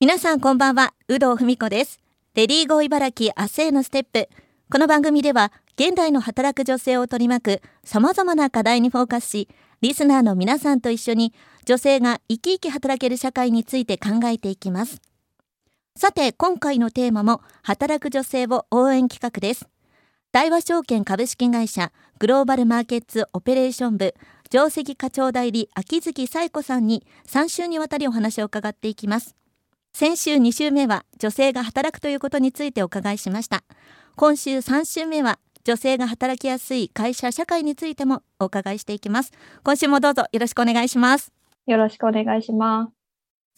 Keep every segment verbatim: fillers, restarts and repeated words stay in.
皆さんこんばんは、有働文子です。レディーゴー茨城明日へのステップ。この番組では現代の働く女性を取り巻くさまざまな課題にフォーカスし、リスナーの皆さんと一緒に女性が生き生き働ける社会について考えていきます。さて、今回のテーマも働く女性を応援企画です。大和証券株式会社グローバルマーケッツオペレーション部上席課長代理秋月紗恵子さんにさん週にわたりお話を伺っていきます。先週に週目は女性が働くということについてお伺いしました。今週さん週目は女性が働きやすい会社社会についてもお伺いしていきます。今週もどうぞよろしくお願いします。 よろしくお願いします。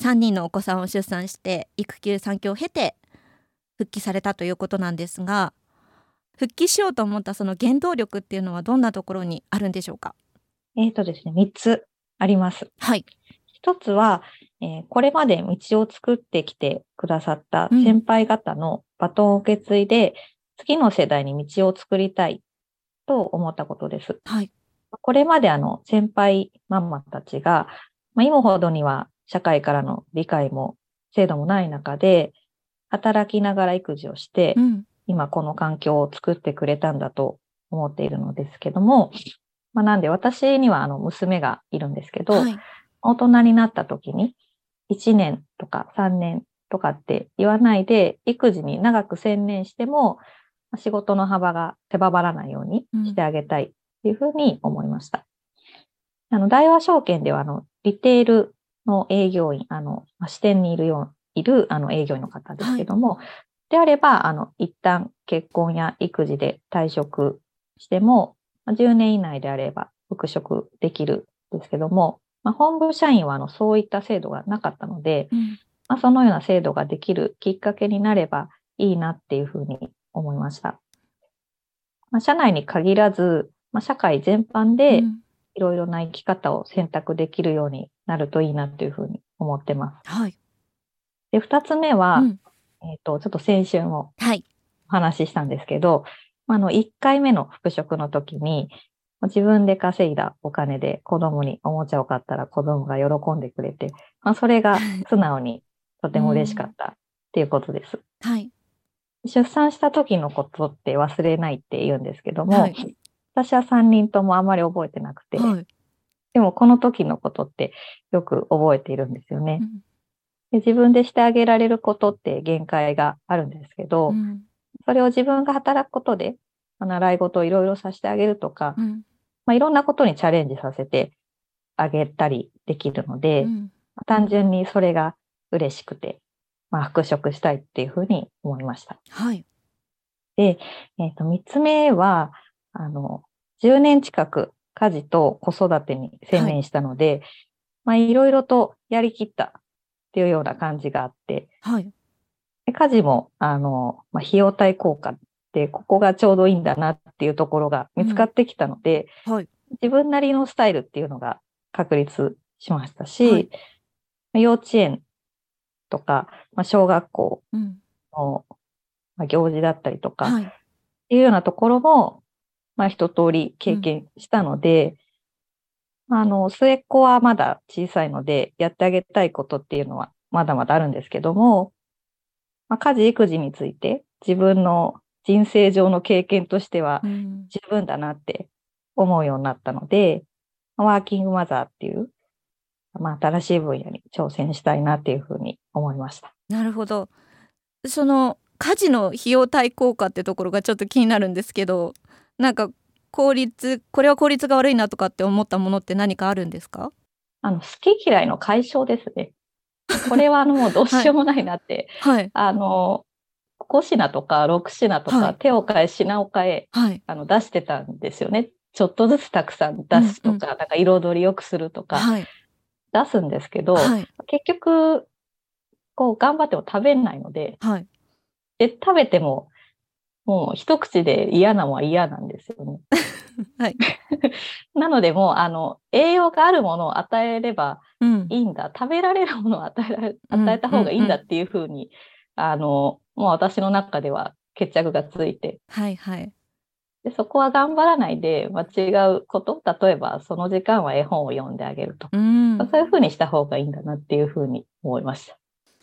さんにんのお子さんを出産して育休産休を経て復帰されたということなんですが、復帰しようと思ったその原動力っていうのはどんなところにあるんでしょうか？ えーとですね、みっつあります。 はい。 ひとつは、えーこれまで道を作ってきてくださった先輩方のバトンを受け継いで、うん、次の世代に道を作りたいと思ったことです。 はい。 これまであの先輩ママたちが、まあ、今ほどには社会からの理解も制度もない中で、働きながら育児をして、うん、今この環境を作ってくれたんだと思っているのですけども、まあ、なんで私にはあの娘がいるんですけど、はい、大人になった時にいちねんとかさんねんとかって言わないで、育児に長く専念しても仕事の幅が狭まらないようにしてあげたいっていうふうに思いました。うん、あの大和証券ではあのリテールの営業員、あの支店にいるよういるあの営業員の方ですけども、はい、であればあの一旦結婚や育児で退職してもじゅうねん以内であれば復職できるんですけども、まあ、本部社員はあのそういった制度がなかったので、うん、まあ、そのような制度ができるきっかけになればいいなっていうふうに思いました。まあ、社内に限らず、まあ、社会全般でいろいろな生き方を選択できるようになるといいなというふうに思ってます。 はい。 で、二つ目は、うん、えっと、ちょっと先週もお話ししたんですけど、はい、あの、一回目の復職の時に、自分で稼いだお金で子供におもちゃを買ったら子供が喜んでくれて、まあ、それが素直にとても嬉しかったっていうことです。 うん、はい。 出産した時のことって忘れないって言うんですけども、はい、私はさんにんともあんまり覚えてなくて、はい、でもこの時のことってよく覚えているんですよね。うん、で自分でしてあげられることって限界があるんですけど、うん、それを自分が働くことで習い事をいろいろさせてあげるとか、うんまあ、いろんなことにチャレンジさせてあげたりできるので、うん、単純にそれが嬉しくて、まあ、復職したいっていうふうに思いました。 はい。 で、えっと、三つ目は、あの、じゅうねん近く家事と子育てに専念したので、はい、まあ、いろいろとやりきったっていうような感じがあって、 はい。 で家事も、あの、まあ、費用対効果ってここがちょうどいいんだなっていうところが見つかってきたので、 うんはい、 自分なりのスタイルっていうのが確立しましたし、はい、幼稚園とか、まあ、小学校の行事だったりとか、はい、っていうようなところも、まあ、一通り経験したので、うん、あの、末っ子はまだ小さいので、やってあげたいことっていうのはまだまだあるんですけども、まあ、家事育児について自分の人生上の経験としては十分だなって思うようになったので、うん、ワーキングマザーっていう、まあ、新しい分野に挑戦したいなっていうふうに思いました。 なるほど。その家事の費用対効果ってところがちょっと気になるんですけど、なんか効率、これは効率が悪いなとかって思ったものって何かあるんですか？ あの、好き嫌いの解消ですね。これはあのもうどうしようもないなって、はい、あの、ご品とかろく品とか、はい、手を変え品を変え、はい、あの出してたんですよね。ちょっとずつたくさん出すとか、うんうん、なんか彩り良くするとか、はい、出すんですけど、はい、結局、こう頑張っても食べないので、はい、で、食べても、もう一口で嫌なもんは嫌なんですよね。はい、なのでもう、あの、栄養があるものを与えればいいんだ、うん、食べられるものを与えられ、与えた方がいいんだっていうふうに、うんうんうん、あの、もう私の中では決着がついて、 はいはい、 でそこは頑張らないで、まあ、違うこと、例えばその時間は絵本を読んであげると、うん、そういうふうにした方がいいんだなっていうふうに思いました。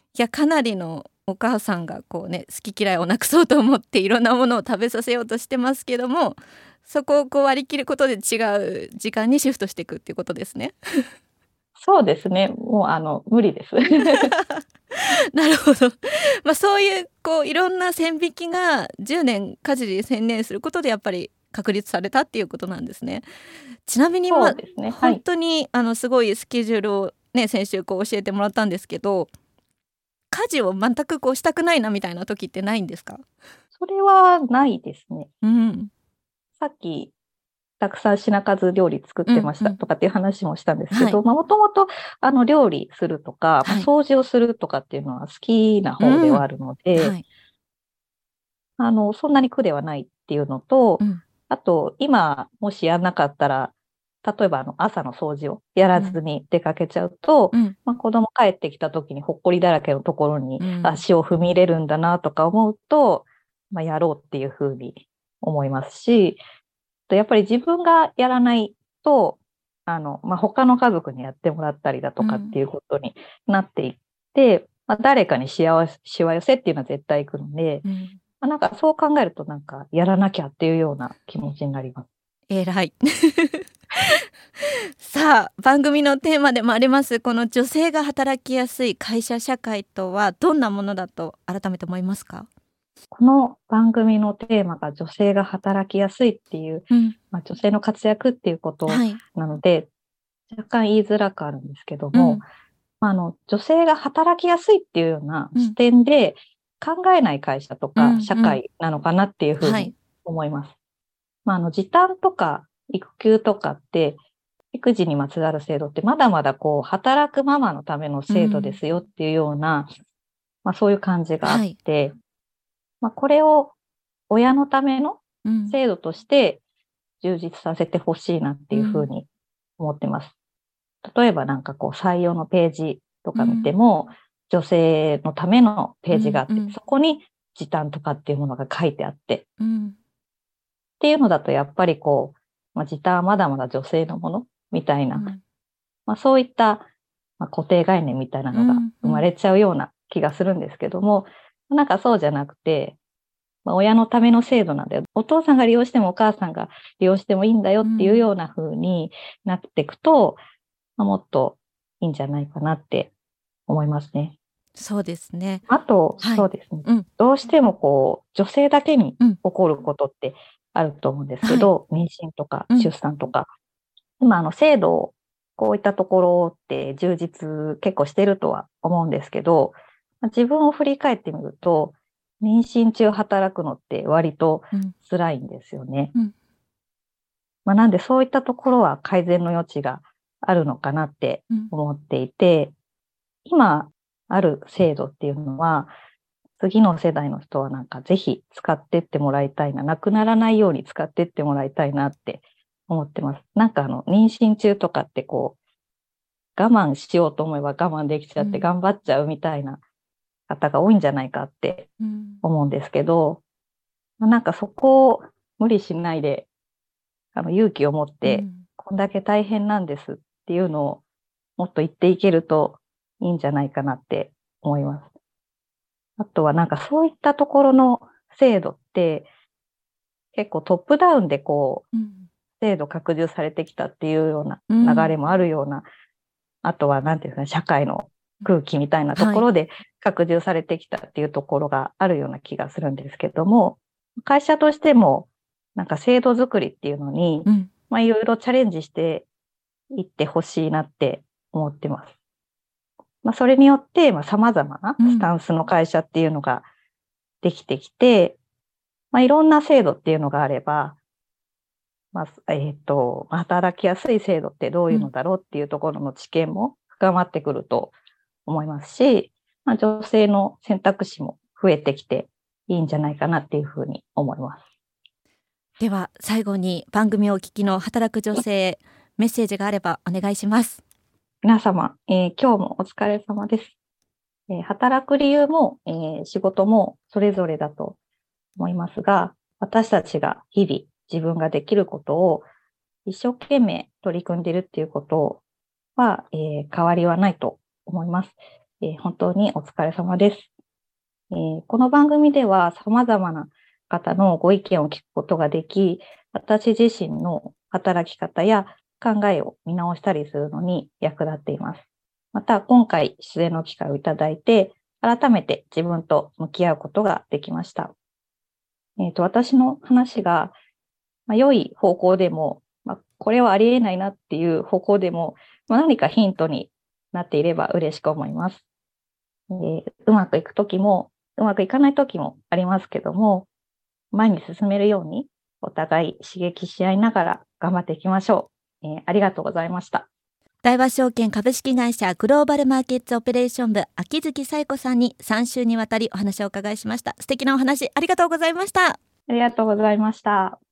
いやかなりのお母さんがこうね好き嫌いをなくそうと思っていろんなものを食べさせようとしてますけども、そこをこう割り切ることで違う時間にシフトしていくっていうことですね。 そうですね。もうあの無理です。 なるほど。まあそういうこういろんな線引きがじゅうねん家事に専念することでやっぱり確立されたっていうことなんですね。ちなみにまあ、ね、はい、本当にあのすごいスケジュールをね先週こう教えてもらったんですけど、家事を全くこうしたくないなみたいな時ってないんですか？ それはないですね。 うん、 さっきたくさん品数料理作ってましたとかっていう話もしたんですけど、もともとあの料理するとか、はい、掃除をするとかっていうのは好きな方ではあるので、うんはい、あのそんなに苦ではないっていうのと、うん、あと今もしやんなかったら、例えばあの朝の掃除をやらずに出かけちゃうと、うんまあ、子供帰ってきた時にほっこりだらけのところに足を踏み入れるんだなとか思うと、まあ、やろうっていうふうに思いますし、やっぱり自分がやらないと、あの、まあ、他の家族にやってもらったりだとかっていうことになっていって、うんまあ、誰かにしわしわ寄せっていうのは絶対行くので、うんまあ、なんかそう考えるとなんかやらなきゃっていうような気持ちになります。 えらい。さあ番組のテーマでもありますこの女性が働きやすい会社社会とはどんなものだと改めて思いますか？ この番組のテーマが女性が働きやすいっていう、うんまあ、女性の活躍っていうことなので、はい、若干言いづらくあるんですけども、うんまあ、あの女性が働きやすいっていうような視点で考えない会社とか社会なのかなっていうふうに思います。うんうんはいまあ、あの時短とか育休とかって育児にまつわる制度ってまだまだこう働くママのための制度ですよっていうような、うんまあ、そういう感じがあって、はいまあ、これを親のための制度として充実させてほしいなっていうふうに思ってます。うん、例えばなんかこう採用のページとか見ても、うん、女性のためのページがあって、うんうん、そこに時短とかっていうものが書いてあって、うん、っていうのだとやっぱりこう、まあ、時短はまだまだ女性のものみたいな、うんまあ、そういった、まあ、固定概念みたいなのが生まれちゃうような気がするんですけども、うんうん、なんかそうじゃなくて、まあ、親のための制度なんで、お父さんが利用してもお母さんが利用してもいいんだよっていうような風になっていくと、うんまあ、もっといいんじゃないかなって思いますね。 そうですね。 あと、はい、そうですね、うん。どうしてもこう、女性だけに起こることってあると思うんですけど、うん、妊娠とか出産とか。うん、今、あの、制度、こういったところって充実結構してるとは思うんですけど、自分を振り返ってみると、妊娠中働くのって割と辛いんですよね。うんうんまあ、なんでそういったところは改善の余地があるのかなって思っていて、うん、今ある制度っていうのは、次の世代の人はなんかぜひ使ってってもらいたいな、なくならないように使ってってもらいたいなって思ってます。なんかあの、妊娠中とかってこう、我慢しようと思えば我慢できちゃって頑張っちゃうみたいな方が多いんじゃないかって思うんですけど、うん、なんかそこを無理しないで、あの勇気を持って、こんだけ大変なんですっていうのをもっと言っていけるといいんじゃないかなって思います。あとはなんかそういったところの制度って結構トップダウンでこう、うん、制度拡充されてきたっていうような流れもあるような、うん、あとはなんていうんですかね、社会の空気みたいなところで拡充されてきたっていうところがあるような気がするんですけども、会社としてもなんか制度作りっていうのに、うん、まあいろいろチャレンジしていってほしいなって思ってます。まあそれによって、まあ様々なスタンスの会社っていうのができてきて、うん、まあいろんな制度っていうのがあれば、まあ、えっと、働きやすい制度ってどういうのだろうっていうところの知見も深まってくると思いますし、まあ、女性の選択肢も増えてきていいんじゃないかなっていうふうに思います。 では最後に番組をお聞きの働く女性、メッセージがあればお願いします。 皆様、えー、今日もお疲れ様です。えー、働く理由も、えー、仕事もそれぞれだと思いますが、私たちが日々自分ができることを一生懸命取り組んでいるっていうことは、えー、変わりはないと思います。 えー、本当にお疲れ様です。えー、この番組では様々な方のご意見を聞くことができ、私自身の働き方や考えを見直したりするのに役立っています。また、今回出演の機会をいただいて、改めて自分と向き合うことができました。えーと、私の話が、まあ、良い方向でも、まあ、これはありえないなっていう方向でも、まあ、何かヒントになっていれば嬉しく思います。えー、うまくいくときも、うまくいかないときもありますけども、前に進めるように、お互い刺激し合いながら頑張っていきましょう。えー、ありがとうございました。 大和証券株式会社グローバルマーケッツオペレーション部秋月紗友子さんにさん週にわたりお話をお伺いしました。素敵なお話ありがとうございました。 ありがとうございました。